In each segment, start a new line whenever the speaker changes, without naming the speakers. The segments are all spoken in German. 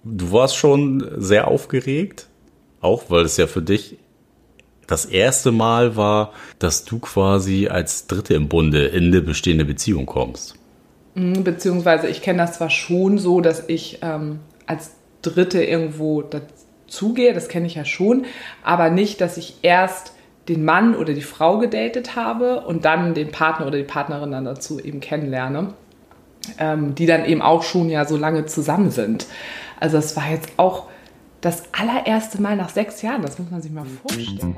Du warst schon sehr aufgeregt, auch weil es ja für dich das erste Mal war, dass du quasi als Dritte im Bunde in eine bestehende Beziehung kommst.
Beziehungsweise ich kenne das zwar schon so, dass ich als Dritte irgendwo dazugehe, das kenne ich ja schon, aber nicht, dass ich erst den Mann oder die Frau gedatet habe und dann den Partner oder die Partnerin dann dazu eben kennenlerne, die dann eben auch schon ja so lange zusammen sind. Also es war jetzt auch das allererste Mal nach 6 Jahren, das muss man sich mal vorstellen.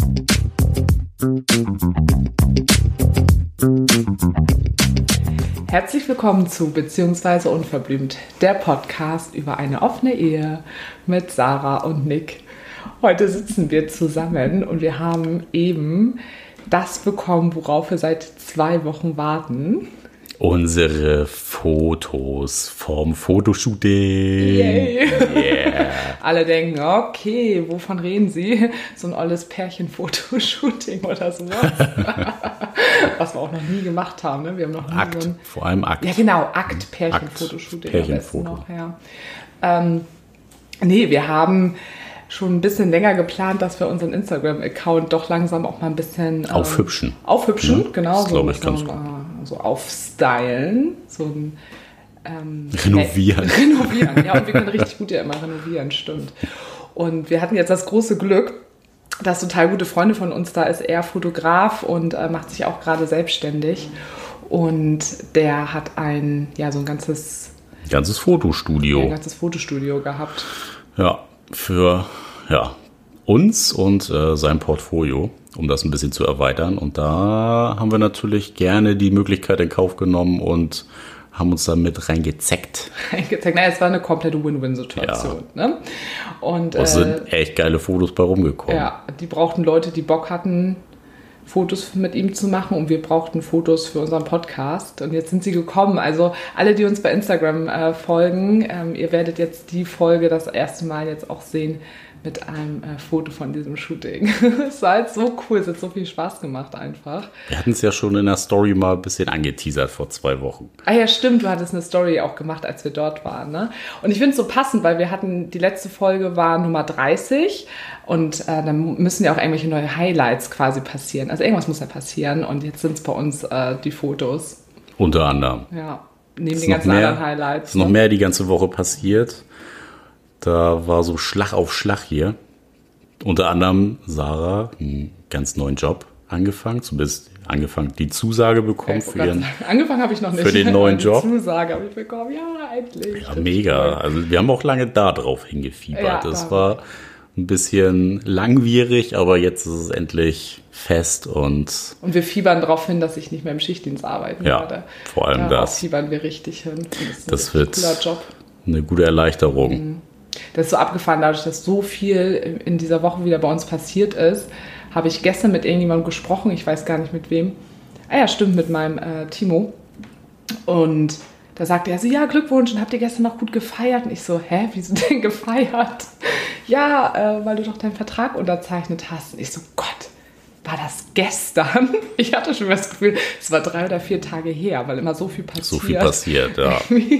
Herzlich willkommen zu Beziehungsweise Unverblümt, der Podcast über eine offene Ehe mit Sarah und Nick. Heute sitzen wir zusammen und wir haben eben das bekommen, worauf wir seit 2 Wochen warten.
Unsere Fotos vom Fotoshooting.
Yay. Yeah. Alle denken, okay, wovon reden Sie? So ein olles Pärchen-Fotoshooting oder sowas. Was wir auch noch nie gemacht haben. Ne? Wir haben noch nie
Akt,
so ein,
vor allem Akt.
Ja genau, Akt-Pärchen-Fotoshooting.
Pärchenfoto.
Ja. Nee, wir haben schon ein bisschen länger geplant, dass wir unseren Instagram-Account doch langsam auch mal ein bisschen
Aufhübschen.
Aufhübschen, genau.
Das glaube ich ganz gut.
So aufstylen, so ein
Renovieren.
Renovieren, ja, und wir können richtig gut ja immer renovieren, stimmt. Und wir hatten jetzt das große Glück, dass total gute Freunde von uns da ist, er Fotograf und macht sich auch gerade selbstständig. Und der hat so ein ganzes
Fotostudio.
Ein ganzes Fotostudio gehabt.
Ja, für uns und sein Portfolio, um das ein bisschen zu erweitern. Und da haben wir natürlich gerne die Möglichkeit in Kauf genommen und haben uns da mit reingezeckt.
Naja, es war eine komplette Win-Win-Situation. Ja. Ne? Und
es sind echt geile Fotos bei rumgekommen.
Ja, die brauchten Leute, die Bock hatten, Fotos mit ihm zu machen, und wir brauchten Fotos für unseren Podcast. Und jetzt sind sie gekommen. Also alle, die uns bei Instagram folgen, ihr werdet jetzt die Folge das erste Mal jetzt auch sehen mit einem Foto von diesem Shooting. Es war halt so cool, es hat so viel Spaß gemacht einfach.
Wir hatten es ja schon in der Story mal ein bisschen angeteasert vor 2 Wochen.
Ah ja, stimmt, du hattest eine Story auch gemacht, als wir dort waren. Ne? Und ich finde es so passend, weil wir hatten, die letzte Folge war Nummer 30 und dann müssen ja auch irgendwelche neue Highlights quasi passieren. Also irgendwas muss ja passieren und jetzt sind es bei uns die Fotos.
Unter anderem.
Ja, neben den ganzen anderen Highlights.
Ist noch mehr die ganze Woche passiert. Da war so Schlag auf Schlag hier. Unter anderem Sarah einen ganz neuen Job angefangen. Zumindest die Zusage bekommen
angefangen habe ich noch nicht.
Für den neuen Job.
Die Zusage habe ich bekommen. Ja, endlich.
Ja, mega. Also wir haben auch lange da drauf hingefiebert. Ja, das war ein bisschen langwierig, aber jetzt ist es endlich fest und
wir fiebern darauf hin, dass ich nicht mehr im Schichtdienst arbeiten werde.
Ja, vor allem das.
Fiebern wir richtig hin.
Das wird
ein cooler Job.
Eine gute Erleichterung.
Das ist so abgefahren, dadurch, dass so viel in dieser Woche wieder bei uns passiert ist, habe ich gestern mit irgendjemandem gesprochen, ich weiß gar nicht mit wem. Ah ja, stimmt, mit meinem Timo. Und da sagte er so, ja, Glückwunsch, und habt ihr gestern noch gut gefeiert? Und ich so, wieso denn gefeiert? Ja, weil du doch deinen Vertrag unterzeichnet hast. Und ich so, Gott, war das gestern? Ich hatte schon das Gefühl, es war 3 oder 4 Tage her, weil immer so viel passiert.
So viel passiert, ja.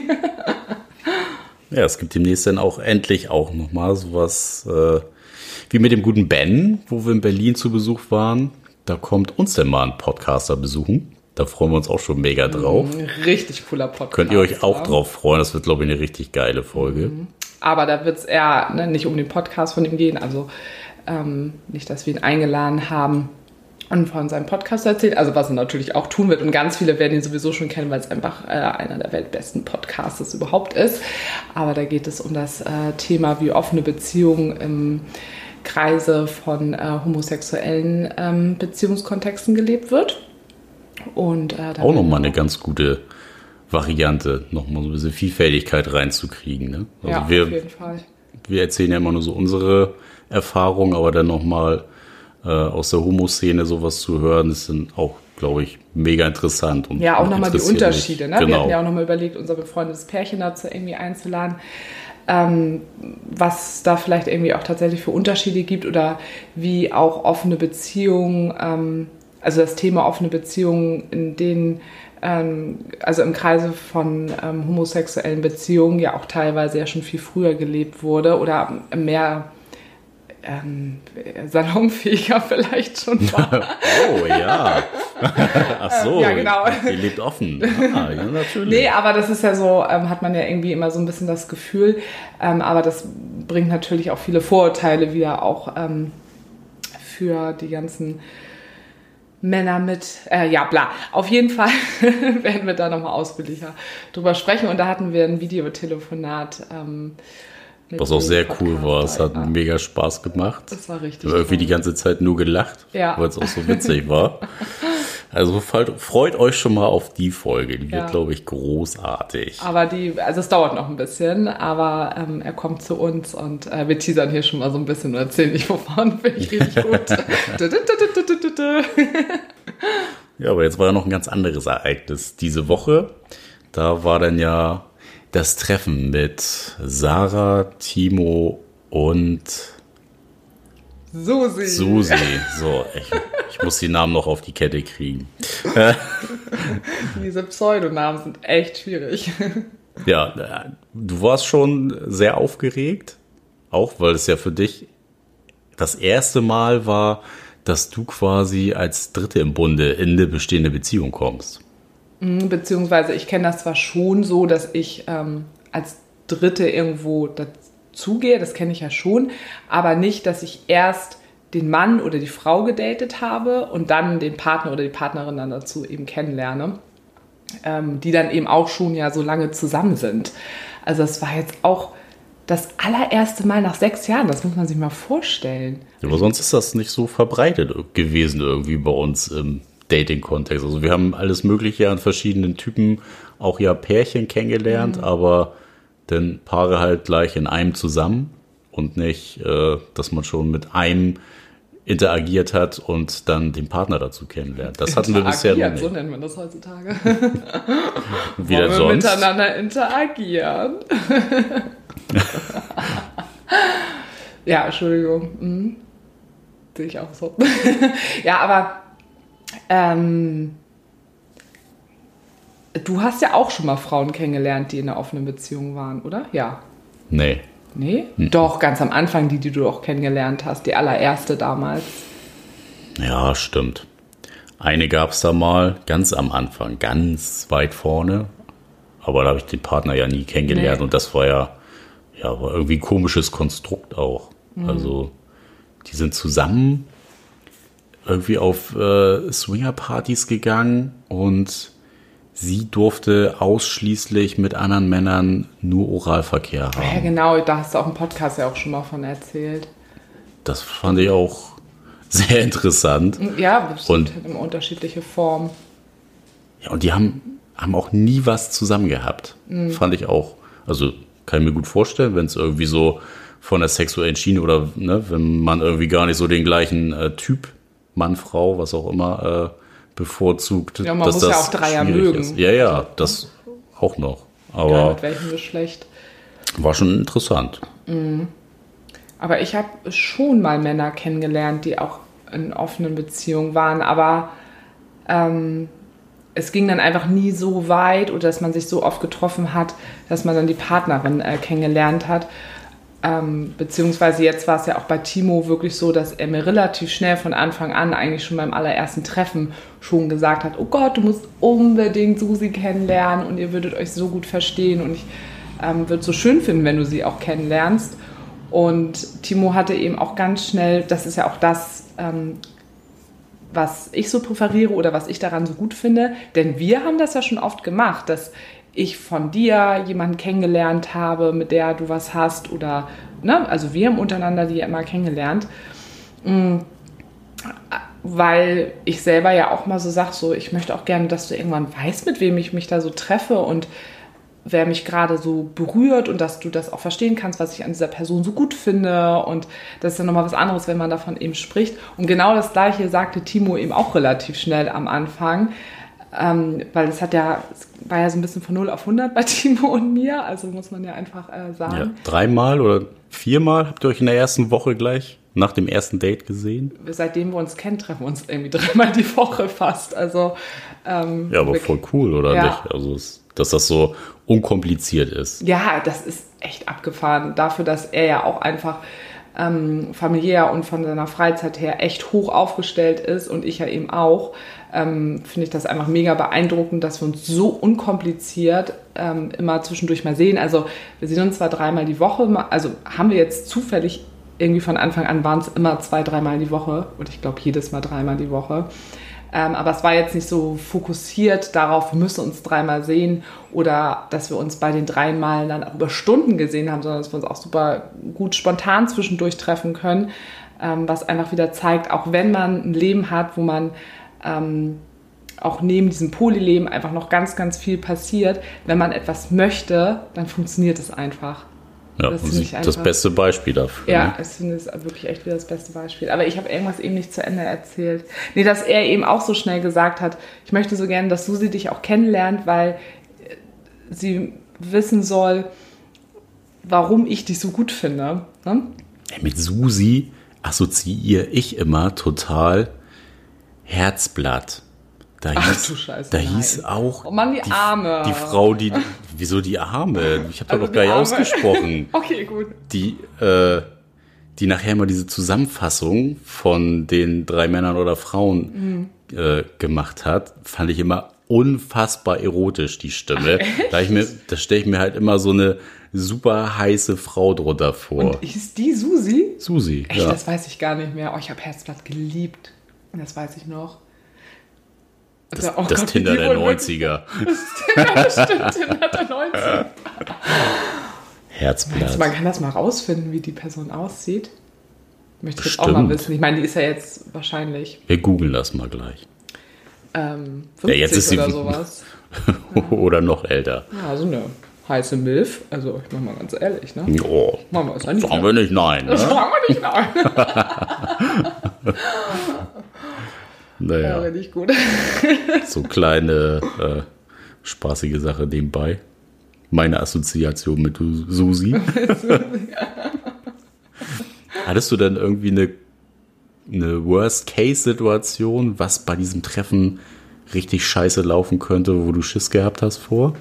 Ja, es gibt demnächst dann auch endlich auch nochmal sowas wie mit dem guten Ben, wo wir in Berlin zu Besuch waren. Da kommt uns dann mal ein Podcaster besuchen. Da freuen wir uns auch schon mega drauf.
Richtig cooler Podcast.
Könnt ihr euch auch drauf freuen. Das wird, glaube ich, eine richtig geile Folge.
Aber da wird es eher nicht um den Podcast von ihm gehen. Also nicht, dass wir ihn eingeladen haben und von seinem Podcast erzählt, also was er natürlich auch tun wird, und ganz viele werden ihn sowieso schon kennen, weil es einfach einer der weltbesten Podcasts überhaupt ist. Aber da geht es um das Thema, wie offene Beziehungen im Kreise von homosexuellen Beziehungskontexten gelebt wird. Und
auch nochmal eine ganz gute Variante, nochmal so ein bisschen Vielfältigkeit reinzukriegen. Ne? Also
ja, auf jeden Fall.
Wir erzählen ja immer nur so unsere Erfahrungen, aber dann nochmal aus der Homo-Szene sowas zu hören, ist dann auch, glaube ich, mega interessant. Und
ja, auch nochmal die Unterschiede. Ne?
Genau.
Wir hatten ja auch nochmal überlegt, unser befreundetes Pärchen dazu irgendwie einzuladen, was da vielleicht irgendwie auch tatsächlich für Unterschiede gibt oder wie auch offene Beziehungen also das Thema offene Beziehungen, in denen, also im Kreise von homosexuellen Beziehungen ja auch teilweise ja schon viel früher gelebt wurde oder mehr salonfähiger vielleicht schon war.
Oh ja. Ach so,
ja, genau.
Ihr lebt offen. Ja, natürlich.
Nee, aber das ist ja so, hat man ja irgendwie immer so ein bisschen das Gefühl. Aber das bringt natürlich auch viele Vorurteile wieder auch für die ganzen Männer mit, ja bla. Auf jeden Fall werden wir da nochmal ausführlicher drüber sprechen. Und da hatten wir ein Videotelefonat.
Was auch sehr cool war. Es hat mega Spaß gemacht.
Das war richtig.
Wir haben irgendwie die ganze Zeit nur gelacht, weil es auch so witzig war. Also freut euch schon mal auf die Folge. Die wird, glaube ich, großartig.
Aber also es dauert noch ein bisschen, aber er kommt zu uns und wir teasern hier schon mal so ein bisschen und erzählen nicht wovon. Finde ich richtig gut.
Ja, aber jetzt war ja noch ein ganz anderes Ereignis diese Woche. Da war dann ja das Treffen mit Sarah, Timo und
Susi.
So, ich muss die Namen noch auf die Kette kriegen.
Diese Pseudonamen sind echt schwierig.
Ja, du warst schon sehr aufgeregt, auch weil es ja für dich das erste Mal war, dass du quasi als Dritte im Bunde in eine bestehende Beziehung kommst.
Beziehungsweise ich kenne das zwar schon so, dass ich als Dritte irgendwo dazugehe, das kenne ich ja schon, aber nicht, dass ich erst den Mann oder die Frau gedatet habe und dann den Partner oder die Partnerin dann dazu eben kennenlerne, die dann eben auch schon ja so lange zusammen sind. Also das war jetzt auch das allererste Mal nach 6 Jahren, das muss man sich mal vorstellen.
Ja, aber sonst ist das nicht so verbreitet gewesen irgendwie bei uns im Dating-Kontext. Also wir haben alles Mögliche an verschiedenen Typen, auch ja Pärchen kennengelernt, aber dann Paare halt gleich in einem zusammen und nicht, dass man schon mit einem interagiert hat und dann den Partner dazu kennenlernt. Das hatten wir bisher noch nicht. So
nennt man das heutzutage.
Wie denn
sonst?
Wir
miteinander interagieren. Ja, Entschuldigung. Sehe ich auch so. Ja, aber du hast ja auch schon mal Frauen kennengelernt, die in einer offenen Beziehung waren, oder? Ja.
Nee.
Nee? Doch, ganz am Anfang, die du auch kennengelernt hast, die allererste damals.
Ja, stimmt. Eine gab es da mal, ganz am Anfang, ganz weit vorne. Aber da habe ich den Partner ja nie kennengelernt und das war ja war irgendwie ein komisches Konstrukt auch. Also die sind zusammen irgendwie auf Swinger-Partys gegangen und sie durfte ausschließlich mit anderen Männern nur Oralverkehr haben.
Ja, genau, da hast du auch im Podcast ja auch schon mal von erzählt.
Das fand ich auch sehr interessant.
Ja, und in unterschiedliche Formen.
Ja, und die haben auch nie was zusammen gehabt. Fand ich auch. Also kann ich mir gut vorstellen, wenn es irgendwie so von der sexuellen Schiene oder wenn man irgendwie gar nicht so den gleichen Typ, Mann, Frau, was auch immer, bevorzugt.
Ja, man muss ja auch Dreier mögen.
Ist. Ja, das auch noch. Aber
ja, mit welchem Geschlecht.
War schon interessant.
Aber ich habe schon mal Männer kennengelernt, die auch in offenen Beziehungen waren, aber es ging dann einfach nie so weit oder dass man sich so oft getroffen hat, dass man dann die Partnerin kennengelernt hat. Beziehungsweise jetzt war es ja auch bei Timo wirklich so, dass er mir relativ schnell von Anfang an, eigentlich schon beim allerersten Treffen, schon gesagt hat, oh Gott, du musst unbedingt Susi kennenlernen und ihr würdet euch so gut verstehen und ich würde es so schön finden, wenn du sie auch kennenlernst. Und Timo hatte eben auch ganz schnell, das ist ja auch das, was ich so präferiere oder was ich daran so gut finde, denn wir haben das ja schon oft gemacht, dass ich von dir jemanden kennengelernt habe, mit der du was hast oder, also wir haben untereinander die ja immer kennengelernt, weil ich selber ja auch mal so sage, so, ich möchte auch gerne, dass du irgendwann weißt, mit wem ich mich da so treffe und wer mich gerade so berührt und dass du das auch verstehen kannst, was ich an dieser Person so gut finde und das ist dann nochmal was anderes, wenn man davon eben spricht und genau das Gleiche sagte Timo eben auch relativ schnell am Anfang, weil es war ja so ein bisschen von 0 auf 100 bei Timo und mir, also muss man ja einfach sagen.
Ja, 3-mal oder 4-mal habt ihr euch in der ersten Woche gleich nach dem ersten Date gesehen?
Seitdem wir uns kennen, treffen wir uns irgendwie 3-mal die Woche fast. Also,
Ja, aber voll cool, oder
Ja.
nicht? Also, dass das so unkompliziert ist.
ja, das ist echt abgefahren. Dafür, dass er ja auch einfach familiär und von seiner Freizeit her echt hoch aufgestellt ist und ich ja eben auch, finde ich das einfach mega beeindruckend, dass wir uns so unkompliziert immer zwischendurch mal sehen. Also wir sehen uns zwar 3-mal die Woche, also haben wir jetzt zufällig irgendwie von Anfang an waren es immer 2-3-mal die Woche und ich glaube jedes Mal 3-mal die Woche. Aber es war jetzt nicht so fokussiert darauf, wir müssen uns 3-mal sehen oder dass wir uns bei den 3 Malen dann auch über Stunden gesehen haben, sondern dass wir uns auch super gut spontan zwischendurch treffen können, was einfach wieder zeigt, auch wenn man ein Leben hat, wo man auch neben diesem Polyleben einfach noch ganz, ganz viel passiert, wenn man etwas möchte, dann funktioniert es einfach.
Ja,
Das
und
finde
sie
ich
das
einfach-
beste Beispiel dafür.
Ja,
Ne?
ich finde es wirklich echt wieder das beste Beispiel. Aber ich habe irgendwas eben nicht zu Ende erzählt. Nee, dass er eben auch so schnell gesagt hat, ich möchte so gerne, dass Susi dich auch kennenlernt, weil sie wissen soll, warum ich dich so gut finde. Ne?
Mit Susi assoziiere ich immer total Herzblatt. Da
Ach
hieß,
du Scheiße,
da
nein.
hieß auch
Oh Mann, die Arme.
Die Frau, wieso die Arme? Ich habe
Also
doch noch gar
die
nicht
Arme.
ausgesprochen.
Okay, gut.
Die nachher mal diese Zusammenfassung von den 3 Männern oder Frauen gemacht hat, fand ich immer unfassbar erotisch, die Stimme. Da stelle ich mir halt immer so eine super heiße Frau drunter vor.
Und hieß die Susi?
Susi,
Echt,
ja.
das weiß ich gar nicht mehr. Oh, ich habe Herzblatt geliebt. Das weiß ich noch.
Das,
Oh
das
Gott,
Tinder
die
der
wohl wirklich-
90er.
Das stimmt, Tinder der 90.
Herzblatt.
Man kann das mal rausfinden, wie die Person aussieht. Möchte ich jetzt auch mal
Bestimmt.
wissen. Ich meine, die ist ja jetzt wahrscheinlich
Wir googeln das mal gleich.
50
Ja, jetzt ist sie-
oder sowas.
Oder noch älter.
Ja, so eine heiße Milf. Also, ich mach mal ganz ehrlich, ne?
Oh,
Machen wir es ja nicht.
sagen
Ne?
wir nicht nein.
Das
Ne?
sagen wir nicht, nein. Ja,
Naja,
finde ich gut.
so kleine spaßige Sache nebenbei. Meine Assoziation mit Susi. Hattest du dann irgendwie eine Worst-Case-Situation, was bei diesem Treffen richtig scheiße laufen könnte, wo du Schiss gehabt hast vor?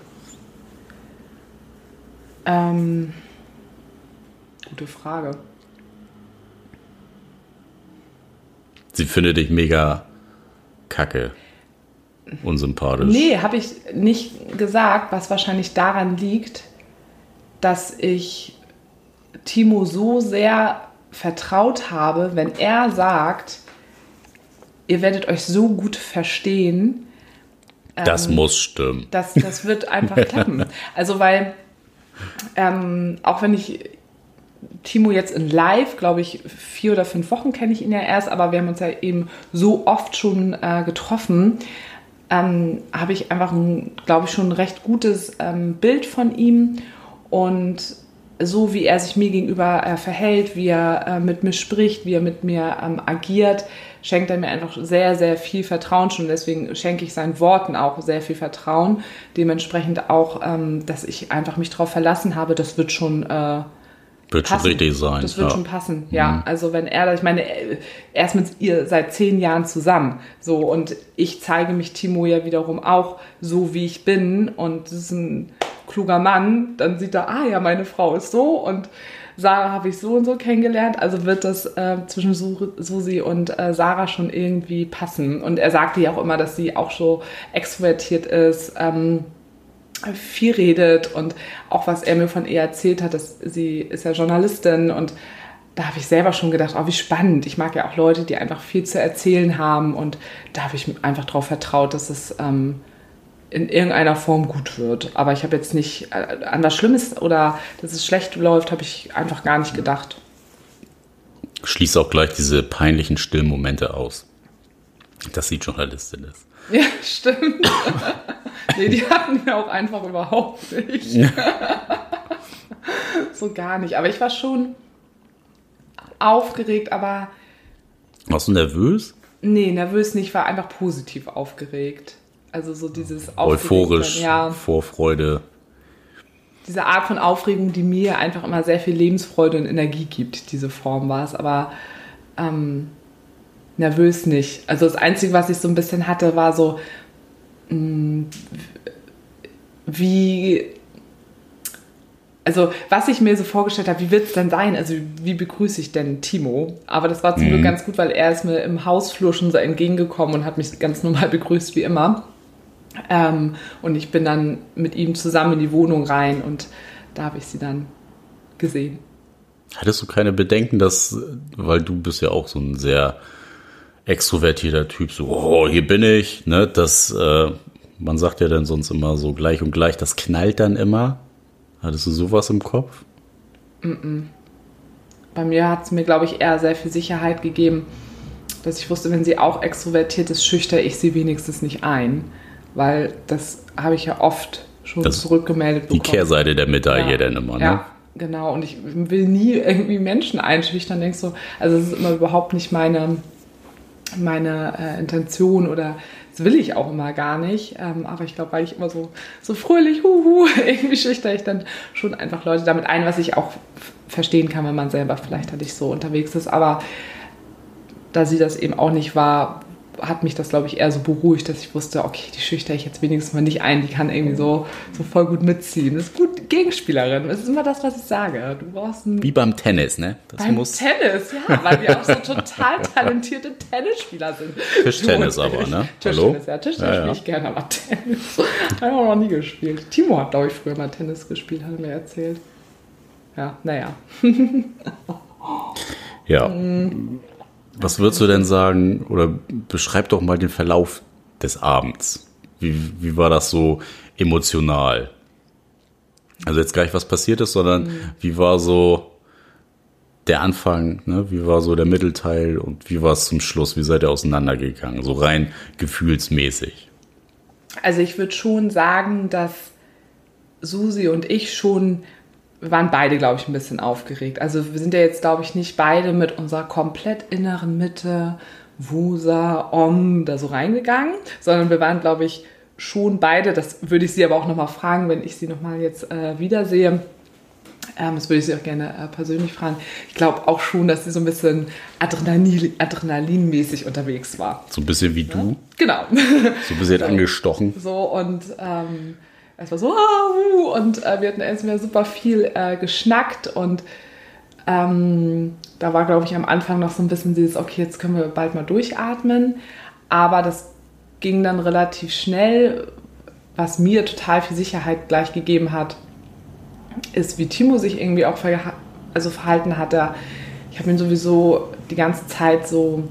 Gute Frage.
Sie findet dich mega kacke. Unsympathisch.
Nee, habe ich nicht gesagt, was wahrscheinlich daran liegt, dass ich Timo so sehr vertraut habe, wenn er sagt, ihr werdet euch so gut verstehen,
Das muss stimmen.
das wird einfach klappen. Also weil, auch wenn ich Timo jetzt in live, glaube ich, 4 oder 5 Wochen kenne ich ihn ja erst, aber wir haben uns ja eben so oft schon getroffen, habe ich einfach, glaube ich, schon ein recht gutes Bild von ihm und so wie er sich mir gegenüber verhält, wie er mit mir spricht, wie er mit mir agiert, schenkt er mir einfach sehr, sehr viel Vertrauen schon. Deswegen schenke ich seinen Worten auch sehr viel Vertrauen. Dementsprechend auch, dass ich einfach mich darauf verlassen habe, das wird schon
Wird schon
passen.
richtig sein.
Das wird
ja.
schon passen, ja. Also wenn er, ich meine, er ist mit ihr seit 10 Jahren zusammen. So, und ich zeige mich Timo ja wiederum auch so, wie ich bin. Und das ist ein kluger Mann. Dann sieht er, ja, meine Frau ist so und Sarah habe ich so und so kennengelernt. Also wird das zwischen Susi und Sarah schon irgendwie passen. Und er sagte ja auch immer, dass sie auch so extrovertiert ist, viel redet und auch was er mir von ihr erzählt hat, dass sie ist ja Journalistin und da habe ich selber schon gedacht, oh wie spannend. Ich mag ja auch Leute, die einfach viel zu erzählen haben und da habe ich einfach darauf vertraut, dass es in irgendeiner Form gut wird. Aber ich habe jetzt nicht an was Schlimmes oder dass es schlecht läuft, habe ich einfach gar nicht gedacht.
Schließt auch gleich diese peinlichen Stillmomente aus, dass sie Journalistin ist.
Ja, stimmt. Nee, die hatten wir auch einfach überhaupt nicht. So gar nicht. Aber ich war schon aufgeregt, aber
Warst du nervös?
nee, nervös nicht, war einfach positiv aufgeregt. Also so dieses Aufgeregt
Euphorisch,
sein, ja,
Vorfreude.
diese Art von Aufregung, die mir einfach immer sehr viel Lebensfreude und Energie gibt. Diese Form war es, aber nervös nicht. Also das Einzige, was ich so ein bisschen hatte, war so, also was ich mir so vorgestellt habe, wie wird es denn sein? Also wie begrüße ich denn Timo? Aber das war zum Glück ganz gut, weil er ist mir im Hausflur schon so entgegengekommen und hat mich ganz normal begrüßt wie immer. Und ich bin dann mit ihm zusammen in die Wohnung rein und da habe ich sie dann gesehen.
Hattest du keine Bedenken, weil du bist ja auch so ein sehr extrovertierter Typ, so, oh, hier bin ich, ne, man sagt ja dann sonst immer so gleich und gleich, das knallt dann immer. Hattest du sowas im Kopf?
Bei mir hat es mir, glaube ich, eher sehr viel Sicherheit gegeben, dass ich wusste, wenn sie auch extrovertiert ist, schüchter ich sie wenigstens nicht ein. Weil das habe ich ja oft schon zurückgemeldet bekommen.
Die Kehrseite der Medaille dann immer, ne?
Ja, genau. Und ich will nie irgendwie Menschen einschüchtern. Denkst so, also es ist immer überhaupt nicht meine Intention oder das will ich auch immer gar nicht. Aber ich glaube, weil ich immer so fröhlich, irgendwie schüchter ich dann schon einfach Leute damit ein, was ich auch verstehen kann, wenn man selber vielleicht halt nicht so unterwegs ist. Aber da sie das eben auch nicht war, hat mich das, glaube ich, eher so beruhigt, dass ich wusste, okay, die schüchter ich jetzt wenigstens mal nicht ein, die kann irgendwie so voll gut mitziehen. Das ist gut, Gegenspielerin. Das ist immer das, was ich sage. Du brauchst
wie beim Tennis, ne?
Tennis, ja, weil wir auch so total talentierte Tennisspieler sind.
Tischtennis aber, ne?
Tischtennis, ja. Tischtennis spiele ich gerne, aber Tennis habe ich auch noch nie gespielt. Timo hat, glaube ich, früher mal Tennis gespielt, hat er mir erzählt. Ja, naja.
Ja. Was würdest du denn sagen, oder beschreib doch mal den Verlauf des Abends. Wie war das so emotional? Also jetzt gar nicht, was passiert ist, sondern wie war so der Anfang, ne? Wie war so der Mittelteil und wie war es zum Schluss? Wie seid ihr auseinandergegangen? So rein gefühlsmäßig.
Also ich würde schon sagen, dass Susi und ich wir waren beide, glaube ich, ein bisschen aufgeregt. Also wir sind ja jetzt, glaube ich, nicht beide mit unserer komplett inneren Mitte, Wusa, da so reingegangen, sondern wir waren, glaube ich, schon beide, das würde ich sie aber auch nochmal fragen, wenn ich sie nochmal jetzt wiedersehe. Das würde ich sie auch gerne persönlich fragen. Ich glaube auch schon, dass sie so ein bisschen adrenalinmäßig unterwegs war.
So ein bisschen wie du?
Genau.
So ein bisschen angestochen.
So und es war so, und wir hatten erstmal super viel geschnackt und da war, glaube ich, am Anfang noch so ein bisschen dieses, okay, jetzt können wir bald mal durchatmen, aber das ging dann relativ schnell, was mir total viel Sicherheit gleich gegeben hat, ist, wie Timo sich irgendwie auch verhalten hat. Ich habe ihn sowieso die ganze Zeit so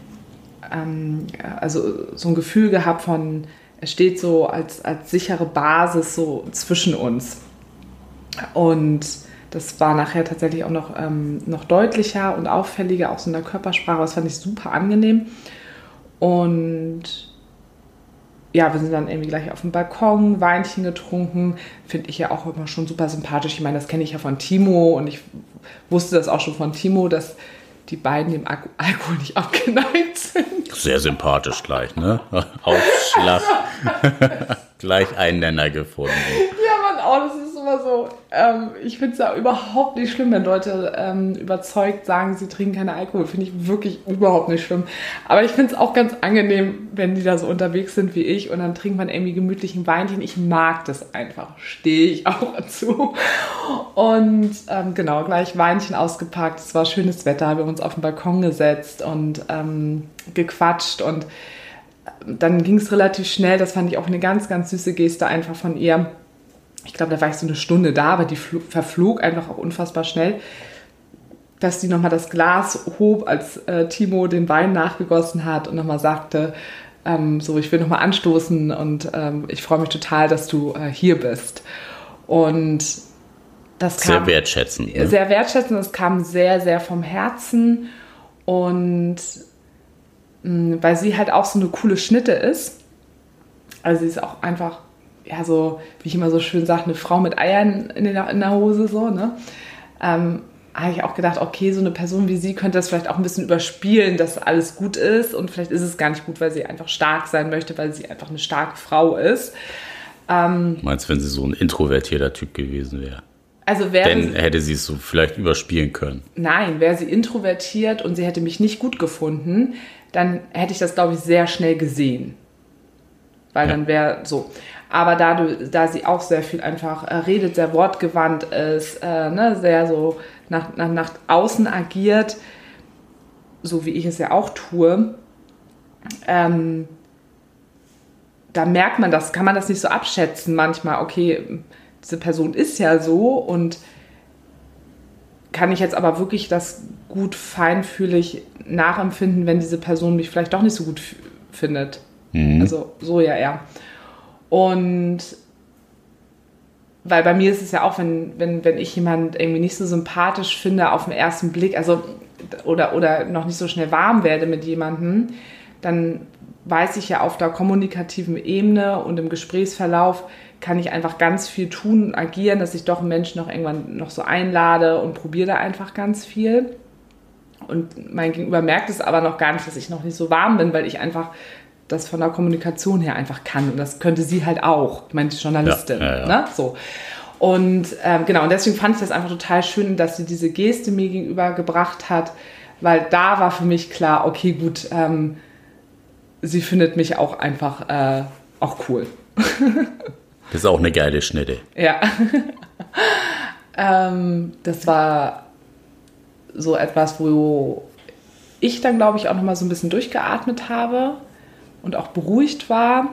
ein Gefühl gehabt von, er steht so als sichere Basis so zwischen uns. Und das war nachher tatsächlich auch noch deutlicher und auffälliger, auch so in der Körpersprache. Das fand ich super angenehm. Und ja, wir sind dann irgendwie gleich auf dem Balkon, Weinchen getrunken. Finde ich ja auch immer schon super sympathisch. Ich meine, das kenne ich ja von Timo und ich wusste das auch schon von Timo, dass die beiden dem Alkohol nicht abgeneigt sind.
Sehr sympathisch gleich, ne? Aufschlag. Gleich einen Nenner gefunden.
Ja, Mann, das ist immer so. Ich finde es ja überhaupt nicht schlimm, wenn Leute überzeugt sagen, sie trinken keinen Alkohol. Finde ich wirklich überhaupt nicht schlimm. Aber ich finde es auch ganz angenehm, wenn die da so unterwegs sind wie ich und dann trinkt man irgendwie gemütlich ein Weinchen. Ich mag das einfach. Stehe ich auch dazu. Und genau, gleich Weinchen ausgepackt. Es war schönes Wetter. Wir haben uns auf den Balkon gesetzt und gequatscht und dann ging es relativ schnell. Das fand ich auch eine ganz, ganz süße Geste einfach von ihr. Ich glaube, da war ich so eine Stunde da, aber die verflog einfach auch unfassbar schnell, dass sie nochmal das Glas hob, als Timo den Wein nachgegossen hat und nochmal sagte, ich will nochmal anstoßen und ich freue mich total, dass du hier bist. Und das kam
sehr wertschätzend. Ne?
Sehr wertschätzend, das kam sehr, sehr vom Herzen und weil sie halt auch so eine coole Schnitte ist. Also sie ist auch einfach, ja, so, wie ich immer so schön sage, eine Frau mit Eiern in der Hose, so, ne? Habe ich auch gedacht, okay, so eine Person wie sie könnte das vielleicht auch ein bisschen überspielen, dass alles gut ist und vielleicht ist es gar nicht gut, weil sie einfach stark sein möchte, weil sie einfach eine starke Frau ist.
Meinst du, wenn sie so ein introvertierter Typ gewesen wäre?
Also
Dann hätte sie es so vielleicht überspielen können.
Nein, wäre sie introvertiert und sie hätte mich nicht gut gefunden, dann hätte ich das, glaube ich, sehr schnell gesehen. Weil dann wäre so. Aber da sie auch sehr viel einfach redet, sehr wortgewandt ist, sehr so nach außen agiert, so wie ich es ja auch tue, da merkt man das, kann man das nicht so abschätzen manchmal, okay, diese Person ist ja so und kann ich jetzt aber wirklich das gut feinfühlig nachempfinden, wenn diese Person mich vielleicht doch nicht so gut findet. Also so ja eher. Und weil bei mir ist es ja auch, wenn ich jemanden irgendwie nicht so sympathisch finde auf den ersten Blick, also oder noch nicht so schnell warm werde mit jemandem, dann weiß ich ja auf der kommunikativen Ebene und im Gesprächsverlauf kann ich einfach ganz viel tun, agieren, dass ich doch einen Menschen noch irgendwann noch so einlade und probiere da einfach ganz viel. Und mein Gegenüber merkt es aber noch gar nicht, dass ich noch nicht so warm bin, weil ich einfach das von der Kommunikation her einfach kann. Und das könnte sie halt auch, ich meine, die Journalistin.
Ja.
Ne? So. Und genau, und deswegen fand ich das einfach total schön, dass sie diese Geste mir gegenüber gebracht hat, weil da war für mich klar, okay, gut, sie findet mich auch einfach auch cool.
Das ist auch eine geile Schnitte.
Ja. Das war so etwas, wo ich dann, glaube ich, auch nochmal so ein bisschen durchgeatmet habe und auch beruhigt war.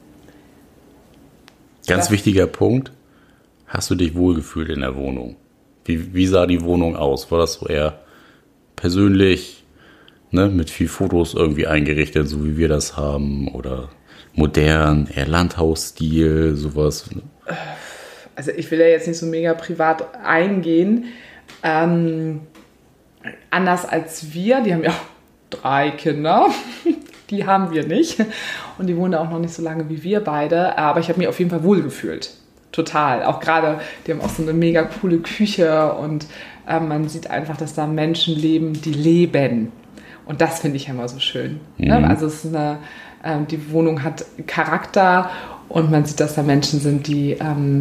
Ganz wichtiger Punkt. Hast du dich wohlgefühlt in der Wohnung? Wie sah die Wohnung aus? War das so eher persönlich, ne, mit viel Fotos irgendwie eingerichtet, so wie wir das haben? Oder modern, eher Landhausstil, sowas?
Also ich will ja jetzt nicht so mega privat eingehen. Anders als wir, die haben ja auch 3 Kinder, die haben wir nicht. Und die wohnen auch noch nicht so lange wie wir beide. Aber ich habe mich auf jeden Fall wohlgefühlt. Total. Auch gerade, die haben auch so eine mega coole Küche und man sieht einfach, dass da Menschen leben, die leben. Und das finde ich ja immer so schön. Ne? Also es ist die Wohnung hat Charakter und man sieht, dass da Menschen sind, die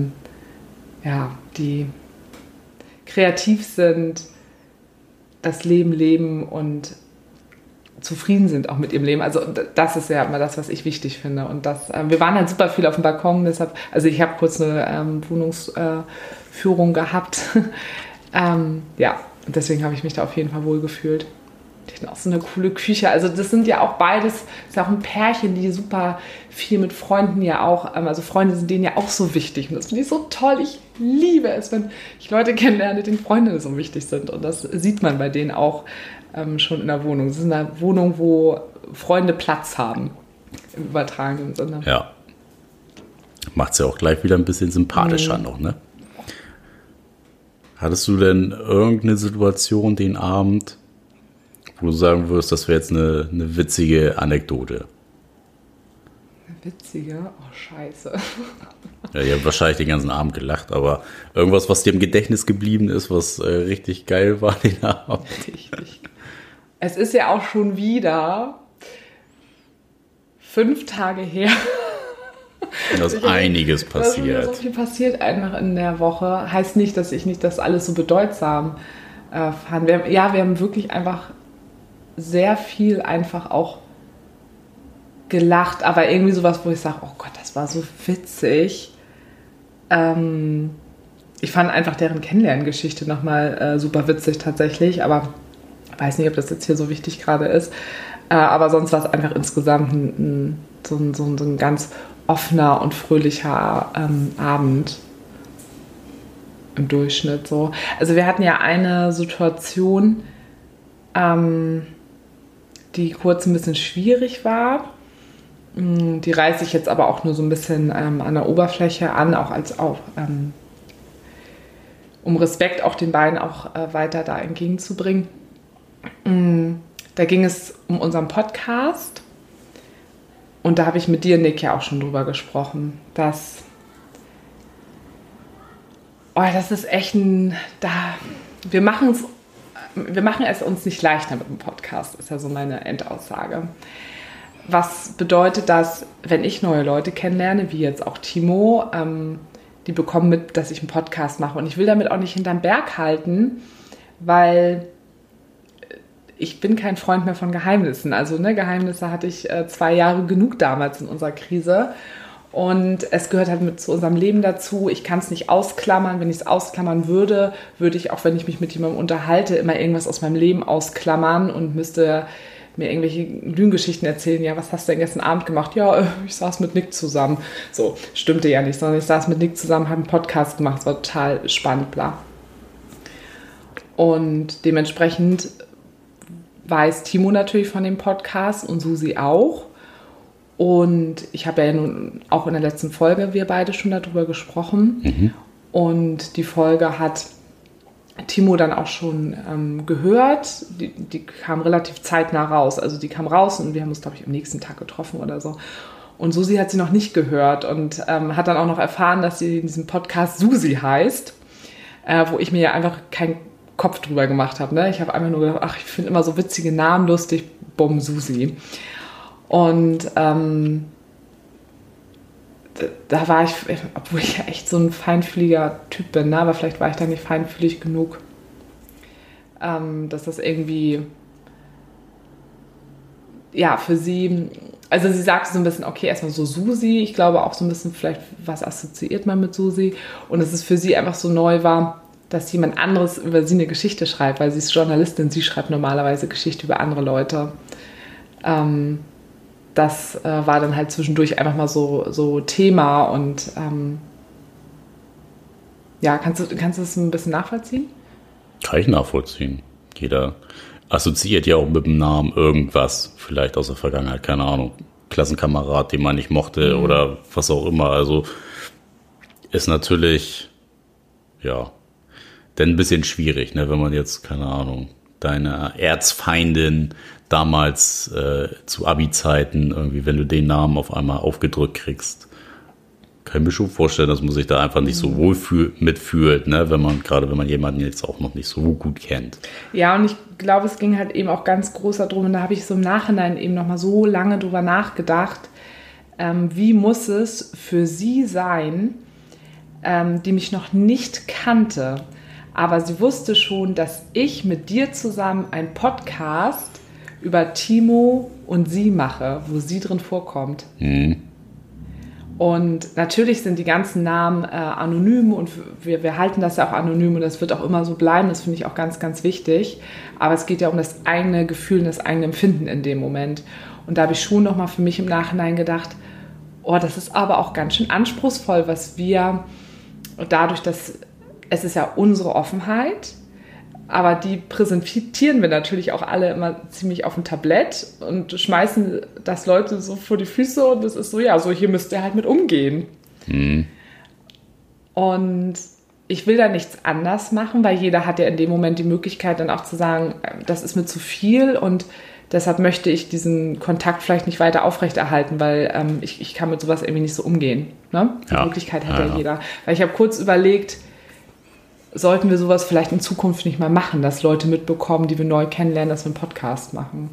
die kreativ sind, das Leben leben und zufrieden sind auch mit ihrem Leben. Also das ist ja immer das, was ich wichtig finde. Und das, wir waren halt super viel auf dem Balkon, deshalb, also ich habe kurz eine Wohnungsführung gehabt. Und deswegen habe ich mich da auf jeden Fall wohl gefühlt. Die hatten auch so eine coole Küche. Also das sind ja auch beides, das ist ja auch ein Pärchen, die super viel mit Freunden ja auch, also Freunde sind denen ja auch so wichtig. Und das finde ich so toll. Ich liebe es, wenn ich Leute kennenlerne, denen Freunde so wichtig sind. Und das sieht man bei denen auch schon in der Wohnung. Es ist eine Wohnung, wo Freunde Platz haben, im übertragenen Sinne.
Ja. Macht es ja auch gleich wieder ein bisschen sympathischer noch, ne? Hattest du denn irgendeine Situation den Abend, wo du sagen würdest, das wäre jetzt eine witzige Anekdote?
Eine witzige? Oh, scheiße.
Ja, ihr habt wahrscheinlich den ganzen Abend gelacht, aber irgendwas, was dir im Gedächtnis geblieben ist, was richtig geil war den Abend.
Richtig. Es ist ja auch schon wieder 5 Tage her.
Da ist einiges passiert.
So viel passiert einfach in der Woche. Heißt nicht, dass ich nicht das alles so bedeutsam fand. Wir haben wirklich einfach sehr viel einfach auch gelacht, aber irgendwie sowas, wo ich sage, oh Gott, das war so witzig. Ich fand einfach deren Kennenlerngeschichte nochmal super witzig tatsächlich, aber ich weiß nicht, ob das jetzt hier so wichtig gerade ist. Aber sonst war es einfach insgesamt so ein ganz offener und fröhlicher Abend im Durchschnitt. So. Also wir hatten ja eine Situation, die kurz ein bisschen schwierig war. Die reiße ich jetzt aber auch nur so ein bisschen an der Oberfläche an, um Respekt auch den beiden auch weiter da entgegenzubringen. Da ging es um unseren Podcast und da habe ich mit dir, Nick, ja auch schon drüber gesprochen, dass das ist echt wir machen es uns nicht leichter mit dem Podcast, ist ja so meine Endaussage. Was bedeutet das, wenn ich neue Leute kennenlerne, wie jetzt auch Timo, die bekommen mit, dass ich einen Podcast mache. Und ich will damit auch nicht hinterm Berg halten, weil ich bin kein Freund mehr von Geheimnissen. Also Geheimnisse hatte ich 2 Jahre genug damals in unserer Krise. Und es gehört halt mit zu unserem Leben dazu. Ich kann es nicht ausklammern. Wenn ich es ausklammern würde, würde ich, auch wenn ich mich mit jemandem unterhalte, immer irgendwas aus meinem Leben ausklammern und müsste mir irgendwelche Lügengeschichten erzählen. Ja, was hast du denn gestern Abend gemacht? Ja, ich saß mit Nick zusammen. So, stimmte ja nicht, sondern ich saß mit Nick zusammen, habe einen Podcast gemacht. Es war total spannend, bla. Und dementsprechend weiß Timo natürlich von dem Podcast und Susi auch. Und ich habe ja nun auch in der letzten Folge, wir beide schon darüber gesprochen. Mhm. Und die Folge hat Timo dann auch schon gehört. Die kam relativ zeitnah raus. Also die kam raus und wir haben uns, glaube ich, am nächsten Tag getroffen oder so. Und Susi hat sie noch nicht gehört und hat dann auch noch erfahren, dass sie in diesem Podcast Susi heißt, wo ich mir ja einfach keinen Kopf drüber gemacht habe. Ne? Ich habe einfach nur gedacht, ach, ich finde immer so witzige Namen lustig. Bumm, Susi. Und da war ich, obwohl ich ja echt so ein feinfühliger Typ bin, ne? Aber vielleicht war ich da nicht feinfühlig genug, dass das irgendwie, ja, für sie, also sie sagte so ein bisschen, okay, erstmal so Susi, ich glaube auch so ein bisschen vielleicht, was assoziiert man mit Susi, und dass es für sie einfach so neu war, dass jemand anderes über sie eine Geschichte schreibt, weil sie ist Journalistin, sie schreibt normalerweise Geschichte über andere Leute. Das war dann halt zwischendurch einfach mal so Thema und ja, kannst du das ein bisschen nachvollziehen?
Kann ich nachvollziehen. Jeder assoziiert ja auch mit dem Namen irgendwas, vielleicht aus der Vergangenheit, keine Ahnung, Klassenkamerad, den man nicht mochte oder was auch immer. Also ist natürlich, ja, dann ein bisschen schwierig, ne, wenn man jetzt, keine Ahnung, deine Erzfeindin damals zu Abi-Zeiten, irgendwie, wenn du den Namen auf einmal aufgedrückt kriegst, kann ich mir schon vorstellen, dass man sich da einfach nicht so wohl mitfühlt, ne? Wenn man jemanden jetzt auch noch nicht so gut kennt.
Ja, und ich glaube, es ging halt eben auch ganz groß darum, und da habe ich so im Nachhinein eben noch mal so lange drüber nachgedacht, wie muss es für sie sein, die mich noch nicht kannte, aber sie wusste schon, dass ich mit dir zusammen einen Podcast über Timo und sie mache, wo sie drin vorkommt. Mhm. Und natürlich sind die ganzen Namen anonym und wir halten das ja auch anonym und das wird auch immer so bleiben, das finde ich auch ganz, ganz wichtig. Aber es geht ja um das eigene Gefühl und das eigene Empfinden in dem Moment. Und da habe ich schon nochmal für mich im Nachhinein gedacht, oh, das ist aber auch ganz schön anspruchsvoll, was wir dadurch, dass es ist ja unsere Offenheit, aber die präsentieren wir natürlich auch alle immer ziemlich auf dem Tablett und schmeißen das Leute so vor die Füße und das ist so, ja, so hier müsst ihr halt mit umgehen. Mhm. Und ich will da nichts anders machen, weil jeder hat ja in dem Moment die Möglichkeit dann auch zu sagen, das ist mir zu viel und deshalb möchte ich diesen Kontakt vielleicht nicht weiter aufrechterhalten, weil ich kann mit sowas irgendwie nicht so umgehen. Ne? Die Möglichkeit hat ja jeder. Weil ich habe kurz überlegt, sollten wir sowas vielleicht in Zukunft nicht mehr machen, dass Leute mitbekommen, die wir neu kennenlernen, dass wir einen Podcast machen?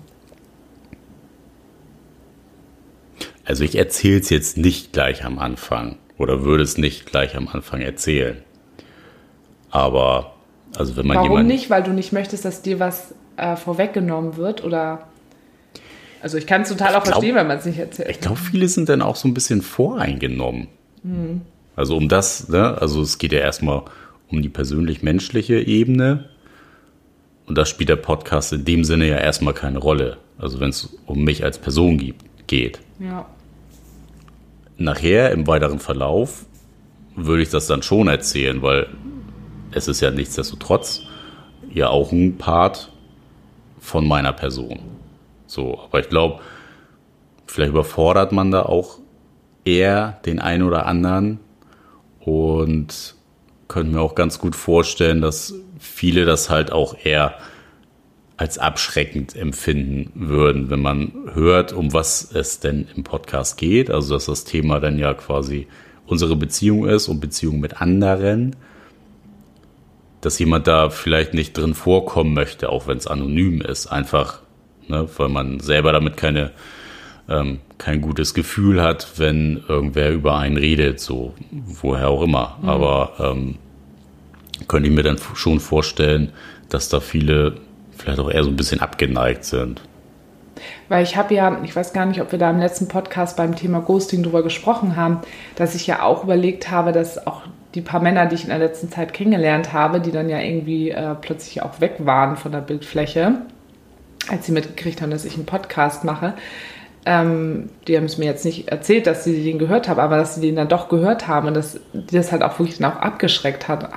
Also ich erzähle es jetzt nicht gleich am Anfang oder würde es nicht gleich am Anfang erzählen. Aber, also wenn man
Warum nicht? Weil du nicht möchtest, dass dir was vorweggenommen wird? Oder? Also ich kann es total auch verstehen, wenn man es nicht erzählt.
Ich glaube, viele sind dann auch so ein bisschen voreingenommen. Mhm. Also um das, ne? Also es geht ja erstmal um die persönlich-menschliche Ebene. Und da spielt der Podcast in dem Sinne ja erstmal keine Rolle. Also wenn es um mich als Person geht.
Ja.
Nachher im weiteren Verlauf würde ich das dann schon erzählen, weil es ist ja nichtsdestotrotz ja auch ein Part von meiner Person. So, aber ich glaube, vielleicht überfordert man da auch eher den einen oder anderen und könnte mir auch ganz gut vorstellen, dass viele das halt auch eher als abschreckend empfinden würden, wenn man hört, um was es denn im Podcast geht. Also dass das Thema dann ja quasi unsere Beziehung ist und Beziehung mit anderen. Dass jemand da vielleicht nicht drin vorkommen möchte, auch wenn es anonym ist. Einfach, ne, weil man selber damit keine kein gutes Gefühl hat, wenn irgendwer über einen redet, so woher auch immer. Aber könnte ich mir dann schon vorstellen, dass da viele vielleicht auch eher so ein bisschen abgeneigt sind.
Weil ich weiß gar nicht, ob wir da im letzten Podcast beim Thema Ghosting drüber gesprochen haben, dass ich ja auch überlegt habe, dass auch die paar Männer, die ich in der letzten Zeit kennengelernt habe, die dann ja irgendwie plötzlich auch weg waren von der Bildfläche, als sie mitgekriegt haben, dass ich einen Podcast mache, die haben es mir jetzt nicht erzählt, dass sie den gehört haben, aber dass sie den dann doch gehört haben und dass die das halt auch wirklich dann auch abgeschreckt hat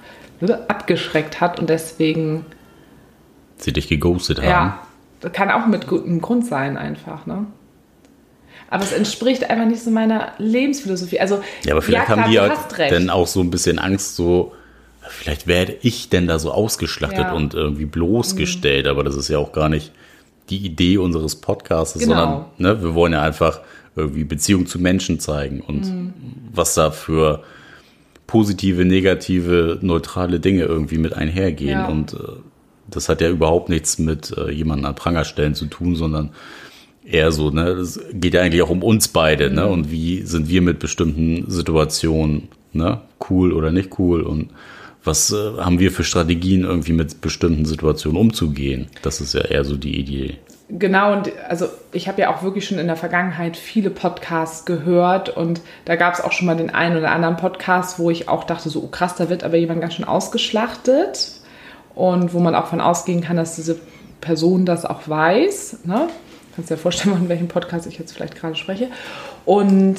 und deswegen
Sie dich geghostet haben?
Ja, das kann auch mit gutem Grund sein einfach, ne? Aber es entspricht einfach nicht so meiner Lebensphilosophie. Also,
ja, aber vielleicht
klar,
haben die ja
recht.
dann auch so ein bisschen Angst, so, vielleicht werde ich denn da so ausgeschlachtet und irgendwie bloßgestellt, aber das ist ja auch gar nicht die Idee unseres Podcasts, sondern wir wollen ja einfach irgendwie Beziehung zu Menschen zeigen und was da für positive, negative, neutrale Dinge irgendwie mit einhergehen. Ja. Und das hat ja überhaupt nichts mit jemanden an Pranger stellen zu tun, sondern eher so, ne, es geht ja eigentlich auch um uns beide, ne, und wie sind wir mit bestimmten Situationen, ne, cool oder nicht cool und was haben wir für Strategien irgendwie mit bestimmten Situationen umzugehen. Das ist ja eher so die Idee.
Genau, und also ich habe ja auch wirklich schon in der Vergangenheit viele Podcasts gehört und da gab es auch schon mal den einen oder anderen Podcast, wo ich auch dachte, so oh krass, da wird aber jemand ganz schön ausgeschlachtet und wo man auch von ausgehen kann, dass diese Person das auch weiß, ne? Kannst dir ja vorstellen, von welchem Podcast ich jetzt vielleicht gerade spreche. Und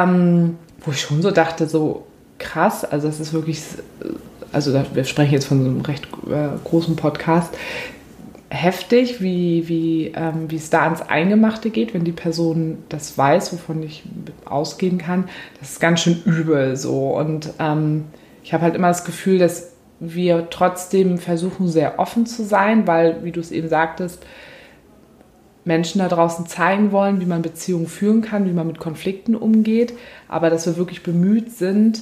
wo ich schon so dachte, so krass, also das ist wirklich, also wir sprechen jetzt von so einem recht großen Podcast, heftig, wie es da ans Eingemachte geht, wenn die Person das weiß, wovon ich ausgehen kann. Das ist ganz schön übel so. Und ich habe halt immer das Gefühl, dass wir trotzdem versuchen, sehr offen zu sein, weil, wie du es eben sagtest, Menschen da draußen zeigen wollen, wie man Beziehungen führen kann, wie man mit Konflikten umgeht, aber dass wir wirklich bemüht sind,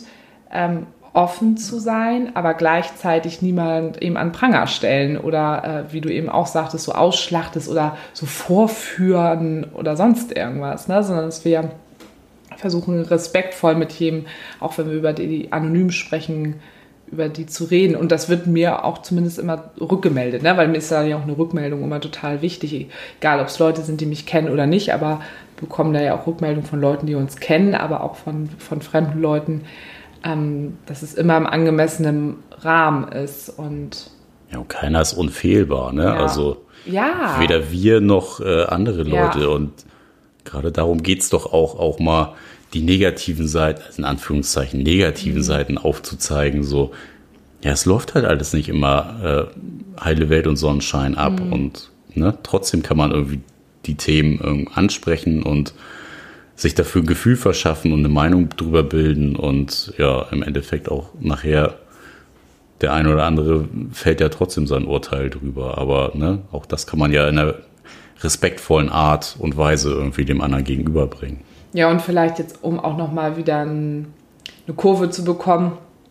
offen zu sein, aber gleichzeitig niemand eben an Pranger stellen oder wie du eben auch sagtest, so ausschlachtest oder so vorführen oder sonst irgendwas, ne? Sondern dass wir versuchen, respektvoll mit jedem, auch wenn wir über die anonym sprechen, über die zu reden. Und das wird mir auch zumindest immer rückgemeldet, ne? Weil mir ist da ja auch eine Rückmeldung immer total wichtig, egal ob es Leute sind, die mich kennen oder nicht, aber wir bekommen da ja auch Rückmeldungen von Leuten, die uns kennen, aber auch von fremden Leuten, dass es immer im angemessenen Rahmen ist. Und
ja, und keiner ist unfehlbar, ne?
Ja.
Also weder wir noch andere Leute.
Ja.
Und gerade darum geht es doch auch mal, die negativen Seiten, also in Anführungszeichen negativen Seiten aufzuzeigen. So, ja, es läuft halt alles nicht immer heile Welt und Sonnenschein ab. Und ne, trotzdem kann man irgendwie die Themen ansprechen und sich dafür ein Gefühl verschaffen und eine Meinung drüber bilden und ja, im Endeffekt auch nachher der eine oder andere fällt ja trotzdem sein Urteil drüber, aber ne, auch das kann man ja in einer respektvollen Art und Weise irgendwie dem anderen gegenüberbringen.
Ja, und vielleicht jetzt, um auch nochmal wieder eine Kurve zu bekommen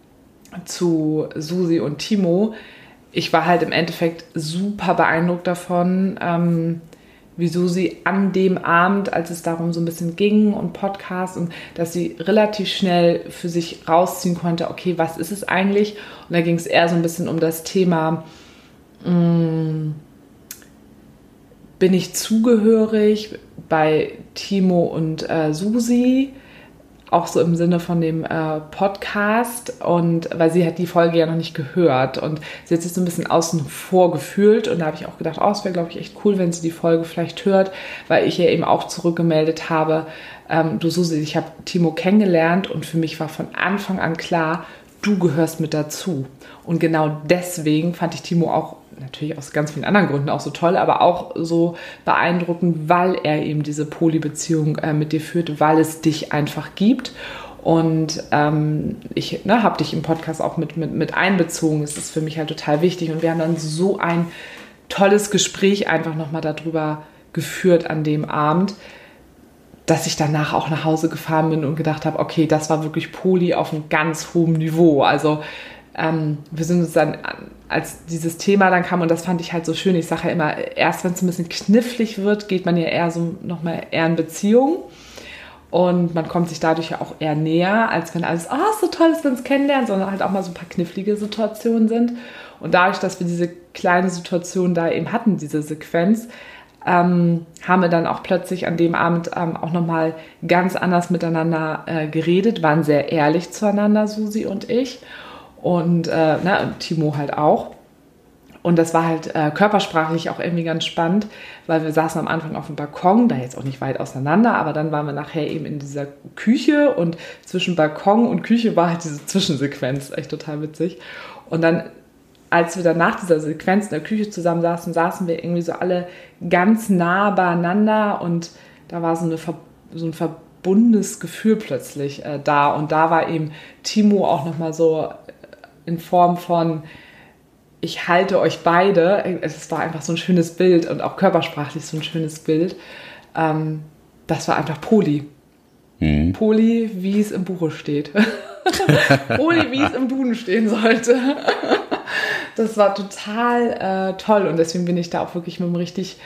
zu Susi und Timo, ich war halt im Endeffekt super beeindruckt davon, wie Susi an dem Abend, als es darum so ein bisschen ging und Podcast und dass sie relativ schnell für sich rausziehen konnte, okay, was ist es eigentlich? Und da ging es eher so ein bisschen um das Thema, bin ich zugehörig bei Timo und Susi? Auch so im Sinne von dem Podcast und weil sie hat die Folge ja noch nicht gehört und sie hat sich so ein bisschen außen vor gefühlt und da habe ich auch gedacht, es wäre glaube ich echt cool, wenn sie die Folge vielleicht hört, weil ich ja eben auch zurückgemeldet habe, du Susi, ich habe Timo kennengelernt und für mich war von Anfang an klar, du gehörst mit dazu und genau deswegen fand ich Timo auch natürlich aus ganz vielen anderen Gründen auch so toll, aber auch so beeindruckend, weil er eben diese Polybeziehung mit dir führt, weil es dich einfach gibt. Und ich habe dich im Podcast auch mit einbezogen. Es ist für mich halt total wichtig. Und wir haben dann so ein tolles Gespräch einfach nochmal darüber geführt an dem Abend, dass ich danach auch nach Hause gefahren bin und gedacht habe, okay, das war wirklich Poly auf einem ganz hohen Niveau. Also wir sind uns dann, als dieses Thema dann kam, und das fand ich halt so schön, ich sage ja immer, erst wenn es ein bisschen knifflig wird, geht man ja eher so nochmal eher in Beziehung. Und man kommt sich dadurch ja auch eher näher, als wenn alles, so toll ist, wenn wir uns kennenlernen, sondern halt auch mal so ein paar knifflige Situationen sind. Und dadurch, dass wir diese kleine Situation da eben hatten, diese Sequenz, haben wir dann auch plötzlich an dem Abend auch nochmal ganz anders miteinander geredet, waren sehr ehrlich zueinander, Susi und ich. Und Timo halt auch. Und das war halt körpersprachlich auch irgendwie ganz spannend, weil wir saßen am Anfang auf dem Balkon, da jetzt auch nicht weit auseinander, aber dann waren wir nachher eben in dieser Küche und zwischen Balkon und Küche war halt diese Zwischensequenz, echt total witzig. Und dann, als wir dann nach dieser Sequenz in der Küche zusammen saßen, saßen wir irgendwie so alle ganz nah beieinander und da war so ein verbundenes Gefühl plötzlich da. Und da war eben Timo auch nochmal so in Form von, ich halte euch beide. Es war einfach so ein schönes Bild und auch körpersprachlich so ein schönes Bild. Das war einfach Poli. Poli, wie es im Buche steht. Poli, wie es im Duden stehen sollte. Das war total toll und deswegen bin ich da auch wirklich mit einem richtig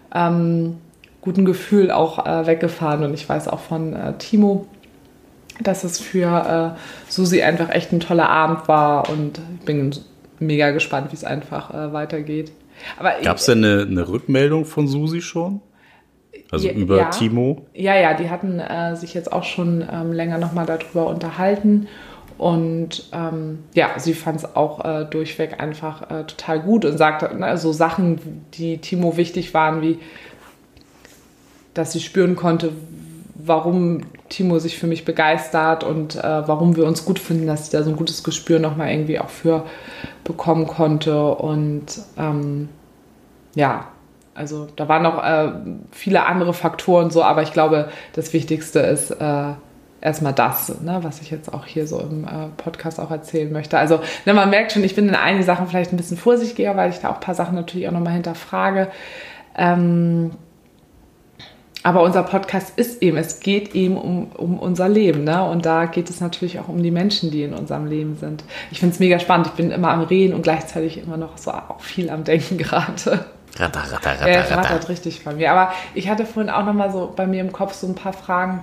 guten Gefühl auch weggefahren. Und ich weiß auch von Timo, dass es für Susi einfach echt ein toller Abend war und ich bin mega gespannt, wie es einfach weitergeht.
Gab es denn eine Rückmeldung von Susi schon? Also über Timo?
Ja, die hatten sich jetzt auch schon länger nochmal darüber unterhalten und sie fand es auch durchweg einfach total gut und sagte, so Sachen, die Timo wichtig waren, wie dass sie spüren konnte, warum Timo sich für mich begeistert und warum wir uns gut finden, dass sie da so ein gutes Gespür nochmal irgendwie auch für bekommen konnte. Und also da waren noch viele andere Faktoren so, aber ich glaube, das Wichtigste ist erstmal das, was ich jetzt auch hier so im Podcast auch erzählen möchte. Also man merkt schon, ich bin in einigen Sachen vielleicht ein bisschen vorsichtiger, weil ich da auch ein paar Sachen natürlich auch nochmal hinterfrage. Aber unser Podcast es geht eben um unser Leben, ne? Und da geht es natürlich auch um die Menschen, die in unserem Leben sind. Ich finde es mega spannend. Ich bin immer am Reden und gleichzeitig immer noch so auch viel am Denken gerade. Rattert richtig bei mir. Aber ich hatte vorhin auch noch mal so bei mir im Kopf so ein paar Fragen.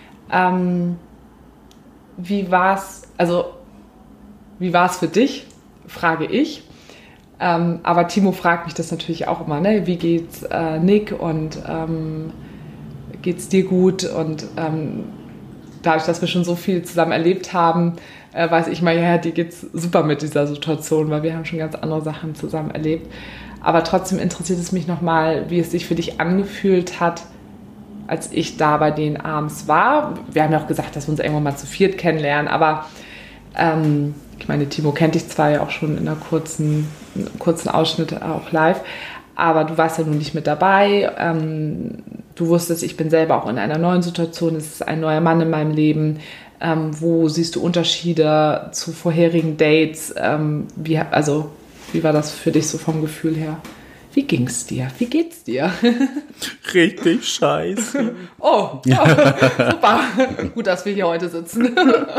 Wie war's für dich? Frage ich. Aber Timo fragt mich das natürlich auch immer, ne? Wie geht's Nick und geht's dir gut? Und dadurch, dass wir schon so viel zusammen erlebt haben, weiß ich mal, ja, dir geht's super mit dieser Situation, weil wir haben schon ganz andere Sachen zusammen erlebt. Aber trotzdem interessiert es mich nochmal, wie es sich für dich angefühlt hat, als ich da bei denen abends war. Wir haben ja auch gesagt, dass wir uns irgendwann mal zu viert kennenlernen, aber ich meine, Timo kennt dich zwar ja auch schon in einer kurzen Ausschnitt auch live, aber du warst ja nun nicht mit dabei. Du wusstest, ich bin selber auch in einer neuen Situation, es ist ein neuer Mann in meinem Leben. Wo siehst du Unterschiede zu vorherigen Dates? Wie war das für dich so vom Gefühl her? Wie ging's dir? Wie geht's dir?
Richtig scheiße.
Oh, super. Gut, dass wir hier heute sitzen.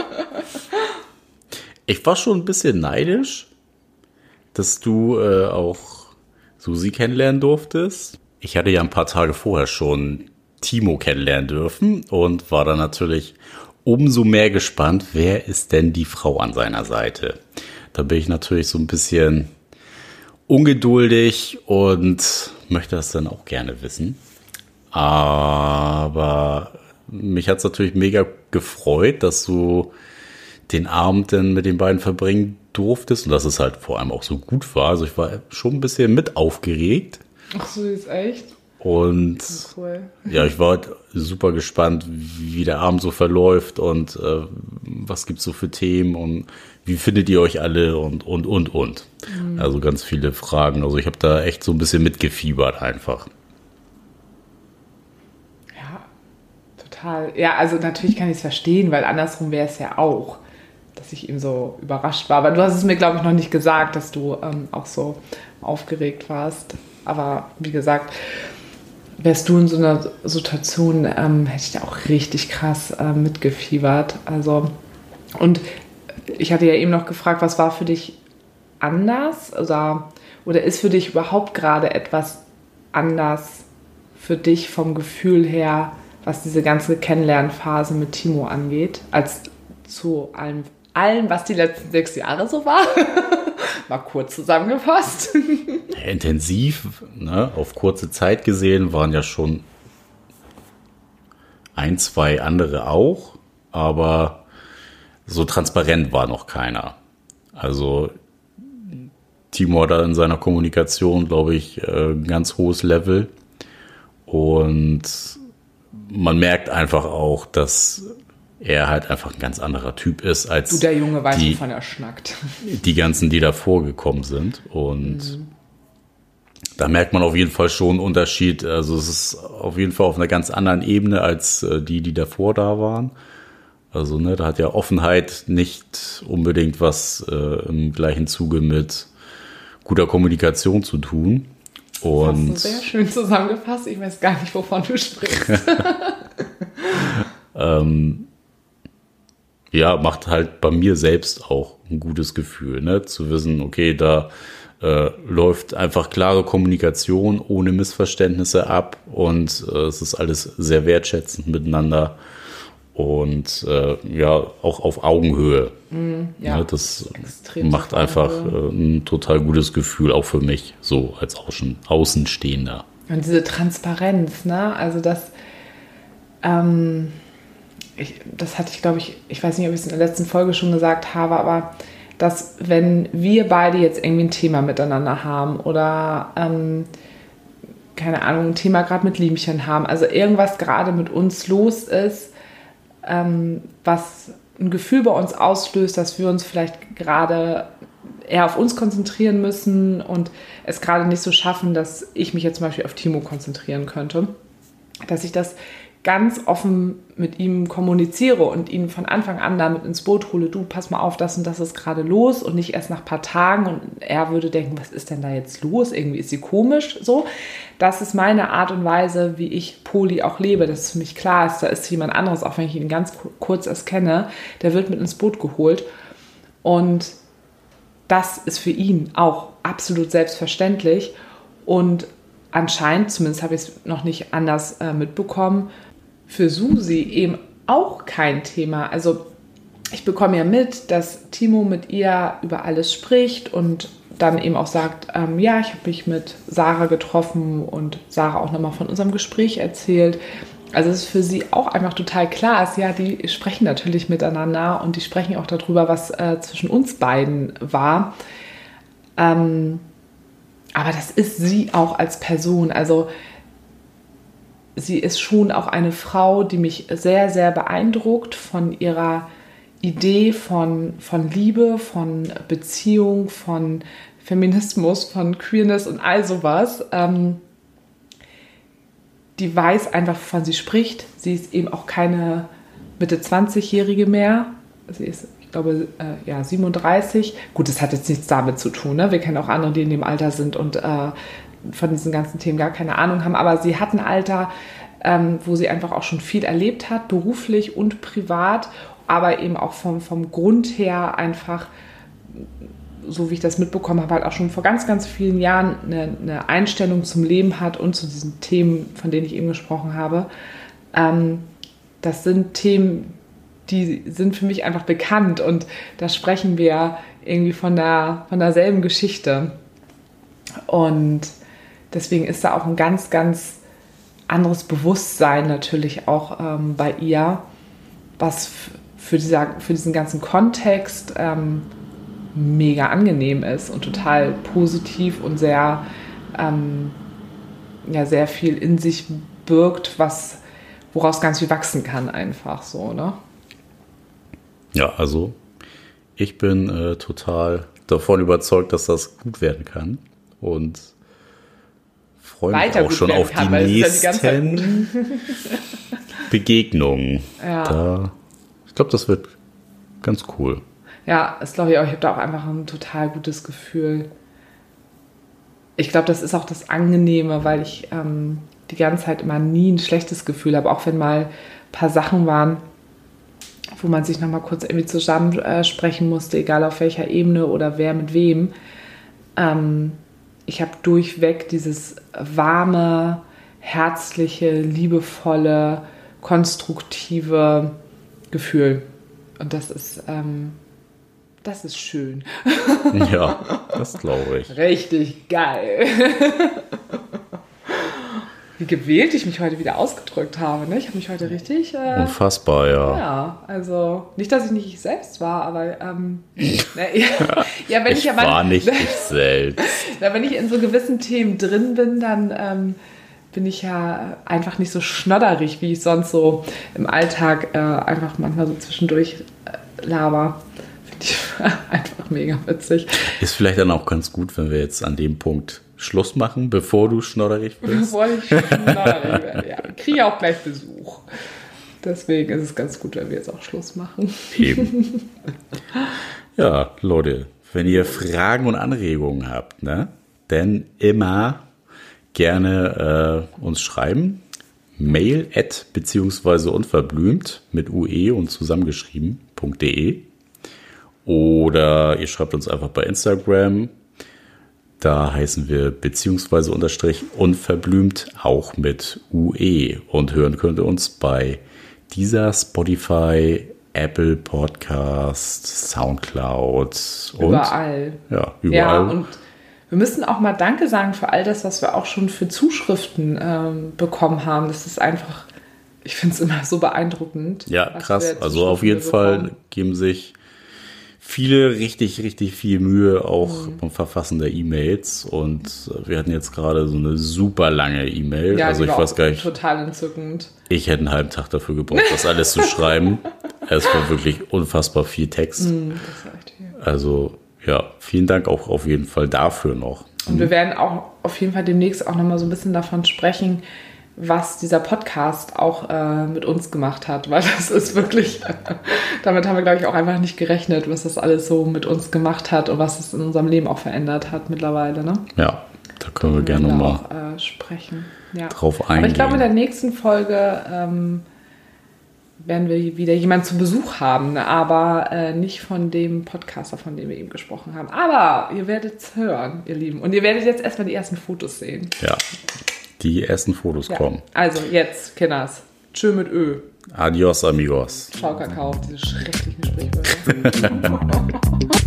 Ich war schon ein bisschen neidisch, dass du auch Susi kennenlernen durftest. Ich hatte ja ein paar Tage vorher schon Timo kennenlernen dürfen und war dann natürlich umso mehr gespannt, wer ist denn die Frau an seiner Seite. Da bin ich natürlich so ein bisschen ungeduldig und möchte das dann auch gerne wissen. Aber mich hat es natürlich mega gefreut, dass du den Abend dann mit den beiden verbringen durftest und dass es halt vor allem auch so gut war. Also ich war schon ein bisschen mit aufgeregt.
Ach so, ist echt?
Und
cool.
Ja, ich war halt super gespannt, wie der Abend so verläuft und was gibt's so für Themen und wie findet ihr euch alle und. Mhm. Also ganz viele Fragen. Also ich habe da echt so ein bisschen mitgefiebert einfach.
Ja, total. Ja, also natürlich kann ich es verstehen, weil andersrum wäre es ja auch, dass ich eben so überrascht war. Aber du hast es mir, glaube ich, noch nicht gesagt, dass du auch so aufgeregt warst. Aber wie gesagt, wärst du in so einer Situation, hätte ich da auch richtig krass mitgefiebert. Also, und ich hatte ja eben noch gefragt, was war für dich anders? Oder ist für dich überhaupt gerade etwas anders für dich vom Gefühl her, was diese ganze Kennenlernphase mit Timo angeht, als zu allem, was die letzten 6 Jahre so war? Mal kurz zusammengefasst.
Intensiv, ne? Auf kurze Zeit gesehen waren ja schon 1, 2 andere auch, aber so transparent war noch keiner. Also Timo hat da in seiner Kommunikation, glaube ich, ein ganz hohes Level. Und man merkt einfach auch, dass er halt einfach ein ganz anderer Typ ist als
du, der Junge weiß, wovon er schnackt.
Die ganzen, die davor gekommen sind. Und da merkt man auf jeden Fall schon einen Unterschied. Also es ist auf jeden Fall auf einer ganz anderen Ebene als die davor da waren. Also ne, da hat ja Offenheit nicht unbedingt was im gleichen Zuge mit guter Kommunikation zu tun. Und
das hast du sehr schön zusammengefasst. Ich weiß gar nicht, wovon du sprichst.
Ja, macht halt bei mir selbst auch ein gutes Gefühl, ne? Zu wissen, okay, da läuft einfach klare Kommunikation ohne Missverständnisse ab und es ist alles sehr wertschätzend miteinander und ja, auch auf Augenhöhe.
Ja,
ne? Das
extrem
macht einfach ein total gutes Gefühl, auch für mich, so als Außenstehender.
Und diese Transparenz, ne? Also das hatte ich, glaube ich weiß nicht, ob ich es in der letzten Folge schon gesagt habe, aber dass wenn wir beide jetzt irgendwie ein Thema miteinander haben oder keine Ahnung, ein Thema gerade mit Liemchen haben, also irgendwas gerade mit uns los ist, was ein Gefühl bei uns auslöst, dass wir uns vielleicht gerade eher auf uns konzentrieren müssen und es gerade nicht so schaffen, dass ich mich jetzt zum Beispiel auf Timo konzentrieren könnte, dass ich das ganz offen mit ihm kommuniziere und ihn von Anfang an damit ins Boot hole, du, pass mal auf, das und das ist gerade los und nicht erst nach ein paar Tagen und er würde denken, was ist denn da jetzt los? Irgendwie ist sie komisch, so. Das ist meine Art und Weise, wie ich Poli auch lebe, dass es für mich klar ist, da ist jemand anderes, auch wenn ich ihn ganz kurz erst kenne, der wird mit ins Boot geholt und das ist für ihn auch absolut selbstverständlich und anscheinend, zumindest habe ich es noch nicht anders mitbekommen, für Susi eben auch kein Thema. Also ich bekomme ja mit, dass Timo mit ihr über alles spricht und dann eben auch sagt, ja, ich habe mich mit Sarah getroffen und Sarah auch nochmal von unserem Gespräch erzählt. Also es ist für sie auch einfach total klar ist, ja, die sprechen natürlich miteinander und die sprechen auch darüber, was zwischen uns beiden war. Aber das ist sie auch als Person. Also sie ist schon auch eine Frau, die mich sehr, sehr beeindruckt von ihrer Idee von Liebe, von Beziehung, von Feminismus, von Queerness und all sowas. Die weiß einfach, wovon sie spricht. Sie ist eben auch keine Mitte-20-Jährige mehr. Sie ist, ich glaube, 37. Gut, das hat jetzt nichts damit zu tun. Ne? Wir kennen auch andere, die in dem Alter sind und von diesen ganzen Themen gar keine Ahnung haben. Aber sie hat ein Alter, wo sie einfach auch schon viel erlebt hat, beruflich und privat, aber eben auch vom Grund her einfach, so wie ich das mitbekommen habe, halt auch schon vor ganz, ganz vielen Jahren eine Einstellung zum Leben hat und zu diesen Themen, von denen ich eben gesprochen habe. Das sind Themen, die sind für mich einfach bekannt und da sprechen wir irgendwie von derselben Geschichte. Und deswegen ist da auch ein ganz, ganz anderes Bewusstsein natürlich auch bei ihr, was für diesen ganzen Kontext mega angenehm ist und total positiv und sehr, sehr viel in sich birgt, woraus ganz viel wachsen kann einfach so, ne?
Ja, also ich bin total davon überzeugt, dass das gut werden kann und freue mich auch schon auf die nächsten Begegnungen.
Ja.
Ich glaube, das wird ganz cool.
Ja, das glaube ich auch. Ich habe da auch einfach ein total gutes Gefühl. Ich glaube, das ist auch das Angenehme, weil ich die ganze Zeit immer nie ein schlechtes Gefühl habe, auch wenn mal ein paar Sachen waren, wo man sich nochmal kurz irgendwie zusammensprechen musste, egal auf welcher Ebene oder wer mit wem. Ich habe durchweg dieses warme, herzliche, liebevolle, konstruktive Gefühl. Und das ist schön.
Ja, das glaube ich.
Richtig geil. Wie gewählt ich mich heute wieder ausgedrückt habe. Ne? Ich habe mich heute richtig...
Unfassbar, ja.
Ja, also nicht, dass ich nicht ich selbst war, aber... ja, wenn
ich war nicht ich selbst.
Wenn ich in so gewissen Themen drin bin, dann bin ich ja einfach nicht so schnodderig, wie ich sonst so im Alltag einfach manchmal so zwischendurch laber. Finde ich einfach mega witzig.
Ist vielleicht dann auch ganz gut, wenn wir jetzt an dem Punkt Schluss machen, bevor du schnodderig bist.
Bevor ich schnodderig werde, ja. Ich kriege auch gleich Besuch. Deswegen ist es ganz gut, wenn wir jetzt auch Schluss machen.
Eben. Ja, Leute, wenn ihr Fragen und Anregungen habt, ne, dann immer gerne uns schreiben. Mail @ beziehungsweise unverblümt mit UE und zusammengeschrieben.de. Oder ihr schreibt uns einfach bei Instagram. Da heißen wir beziehungsweise unterstrich unverblümt auch mit UE. Und hören könnt ihr uns bei dieser Spotify, Apple Podcast, Soundcloud und
überall.
Ja, überall.
Ja, und wir müssen auch mal Danke sagen für all das, was wir auch schon für Zuschriften bekommen haben. Das ist einfach, ich finde es immer so beeindruckend.
Ja, krass. Also auf jeden Fall geben sich viele richtig, richtig viel Mühe auch beim Verfassen der E-Mails. Und wir hatten jetzt gerade so eine super lange E-Mail.
Ja,
also ich weiß gar nicht.
Total entzückend.
Ich hätte einen halben Tag dafür gebraucht, das alles zu schreiben. Es war wirklich unfassbar viel Text.
Das ist echt viel.
Also ja, vielen Dank auch auf jeden Fall dafür noch.
Und wir werden auch auf jeden Fall demnächst auch nochmal so ein bisschen davon sprechen, was dieser Podcast auch mit uns gemacht hat. Weil das ist wirklich, damit haben wir, glaube ich, auch einfach nicht gerechnet, was das alles so mit uns gemacht hat und was es in unserem Leben auch verändert hat mittlerweile. Ne?
Ja, da können wir gerne mal
sprechen. Ja.
Drauf eingehen.
Aber ich glaube, in der nächsten Folge werden wir wieder jemanden zu Besuch haben, aber nicht von dem Podcaster, von dem wir eben gesprochen haben. Aber ihr werdet es hören, ihr Lieben. Und ihr werdet jetzt erstmal die ersten Fotos sehen.
Ja, die ersten Fotos kommen.
Also jetzt, Kinders. Tschö mit Ö.
Adios, amigos.
Ciao, Kakao, diese schrecklichen Sprichwörter.